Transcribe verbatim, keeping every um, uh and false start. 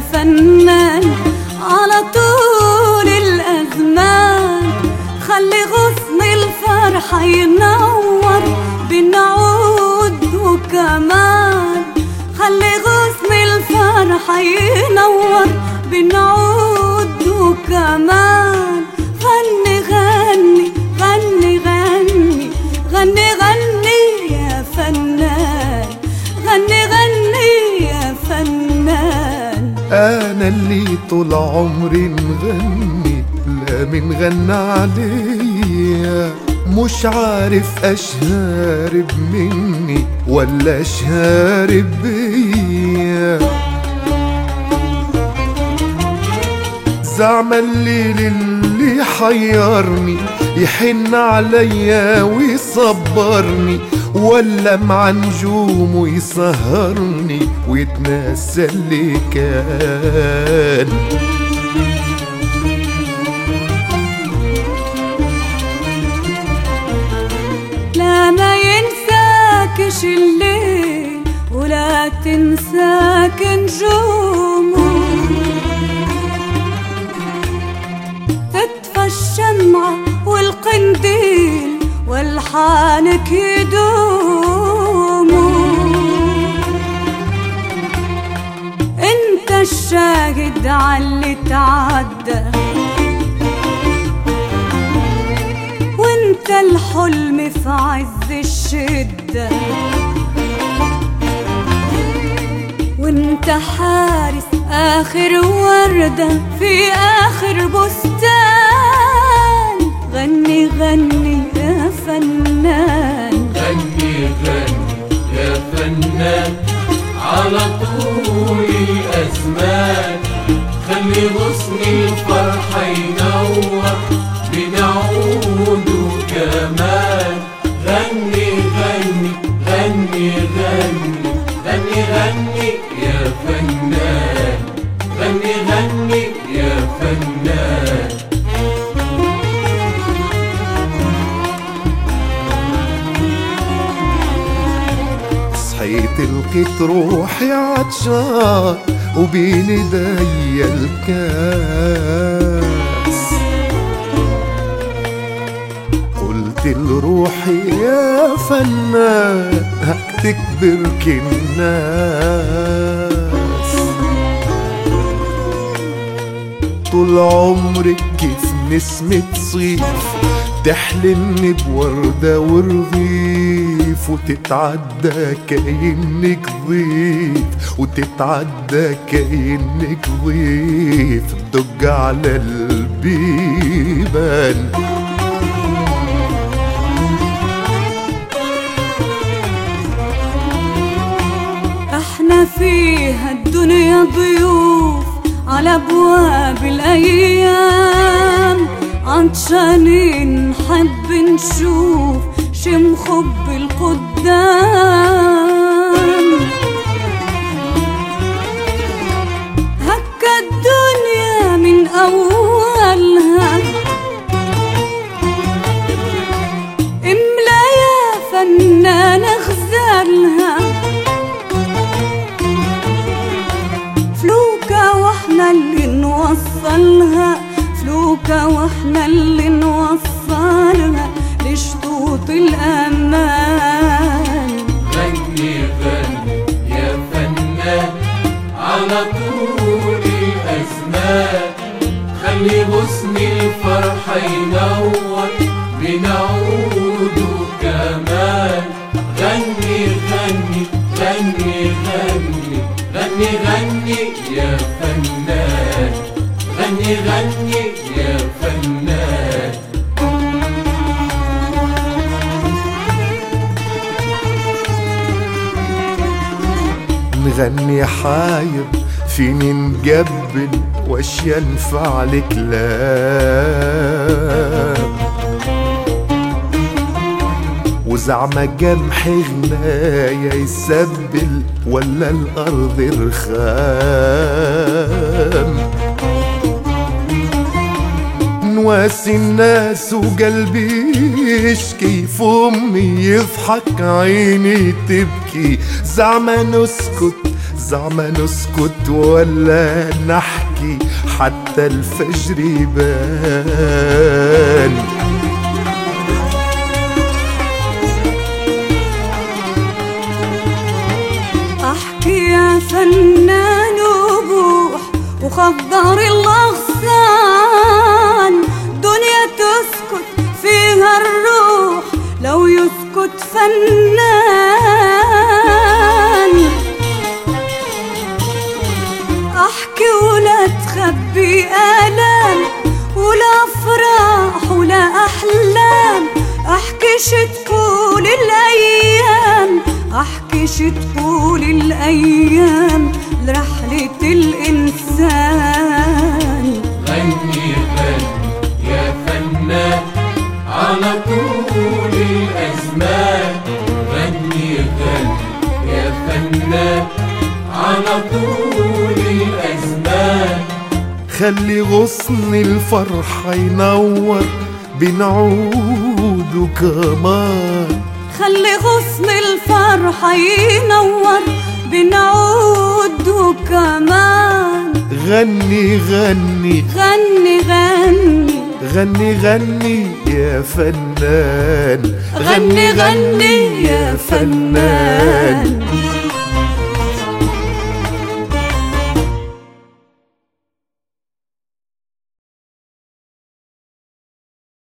فنان على طول الأزمان. خلي غصن الفرحة ينور بالنعود وكمان. خلي غصن الفرحة ينور بالنعود وكمان. غني غني غني غني غني غني يا فنان. غني غني يا فنان. أنا اللي طول عمري مغني لا من غنى عليا. مش عارف أشهرب مني ولا أشهرب بيا. زعم الليل اللي حيرني يحن عليا ويصبرني، ولا مع نجومه يسهرني ويتنسى اللي كان. لا ما ينساكش الليل ولا تنساك نجومه. تطفى الشمعة والقنديل والحانك يدوموا. انت الشاهد عاللي تعدى، وانت الحلم في عز الشدة، وانت حارس آخر وردة في آخر بستان. غني غني يا فنان. غني غني يا فنان على طول الأزمان. خلي غصن الفرحة ينور بنعود وكمان. غني غني غني غني غني غني يا فنان. غني غني يا فنان. صحيت لقيت روحي عطشان وبين ايديا الكاس. قلت لروحي يا فنان هكتك برك الناس. طول عمرك كيف نسمة صيف تحلمني بوردة ورغيف، وتتعدى كأنك ضيف، وتتعدى كأنك ضيف تدق على البيبان. احنا فيها الدنيا ضيوف على ابواب الايام. عطشانين نحب نشوف شي مخب القدام. هكا الدنيا من اولها املا يا فنان غزالها. فلوكة واحنا اللي نوصلها، فلوكة واحنا اللي نوصلها لشطوط الأمان. غني غني يا فنان على طول الأزمان. خلي غصن الفرحة ينور بنعود وكمان. غني غني غني غني غني غني يا فنان. غني غني يا فنان. نغني حاير فيني نقبل واشياء نفع الكلام. وزعما جمحي غنايا يسبل ولا الأرض رخام. نواسي الناس وقلبي يشكي، في أمي يضحك عيني تبكي. زعما نسكت زعما نسكت ولا نحكي حتى الفجر يبان. احكي يا فنان وبوح وخضر الاغصان، دنيا تسكت فيها الروح لو يسكت فنان. احكي ولا تخبي آلام ولا افراح ولا احلام، احكي شتقول الايام، احكي شتقول الايام لرحلة الانسان. غني غني يا فنان على طول الازمان، غني غني يا فنان على طول الازمان. خلي غصن الفرحة ينور بنعود كمان، خلي غصن الفرحة ينور بنعود كمان. غني غني غني غني غني غني يا فنان، غني غني يا فنان.